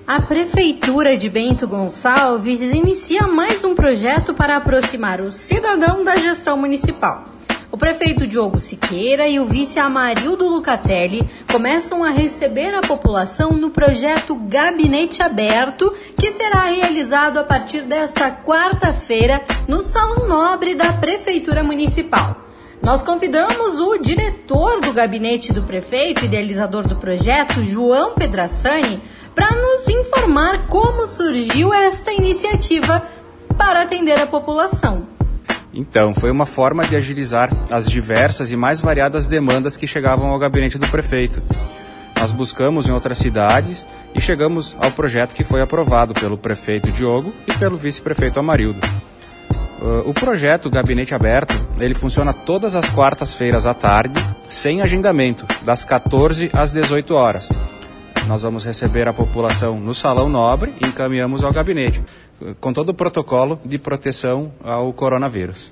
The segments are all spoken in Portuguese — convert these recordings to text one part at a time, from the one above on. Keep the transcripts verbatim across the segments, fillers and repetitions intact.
A Prefeitura de Bento Gonçalves inicia mais um projeto para aproximar o cidadão da gestão municipal. O prefeito Diogo Siqueira e o vice Amarildo Lucatelli começam a receber a população no projeto Gabinete Aberto, que será realizado a partir desta quarta-feira no Salão Nobre da Prefeitura Municipal. Nós convidamos o diretor do gabinete do prefeito, idealizador do projeto, João Pedrassani, para nos informar como surgiu esta iniciativa para atender a população. Então, foi uma forma de agilizar as diversas e mais variadas demandas que chegavam ao gabinete do prefeito. Nós buscamos em outras cidades e chegamos ao projeto que foi aprovado pelo prefeito Diogo e pelo vice-prefeito Amarildo. O projeto Gabinete Aberto, ele funciona todas as quartas-feiras à tarde, sem agendamento, das quatorze às dezoito horas. Nós vamos receber a população no Salão Nobre e encaminhamos ao gabinete, com todo o protocolo de proteção ao coronavírus.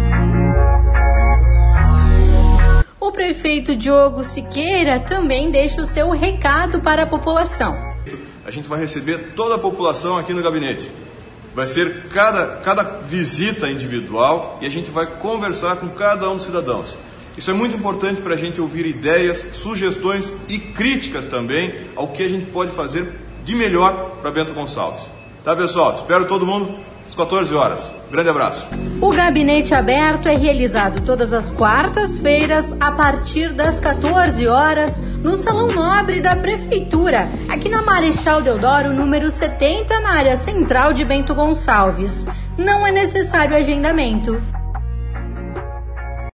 O prefeito Diogo Siqueira também deixa o seu recado para a população. A gente vai receber toda a população aqui no gabinete. Vai ser cada, cada visita individual e a gente vai conversar com cada um dos cidadãos. Isso é muito importante para a gente ouvir ideias, sugestões e críticas também ao que a gente pode fazer de melhor para Bento Gonçalves. Tá, pessoal? Espero todo mundo às quatorze horas. Grande abraço. O Gabinete Aberto é realizado todas as quartas-feiras a partir das quatorze horas no Salão Nobre da Prefeitura, aqui na Marechal Deodoro, número setenta, na área central de Bento Gonçalves. Não é necessário agendamento.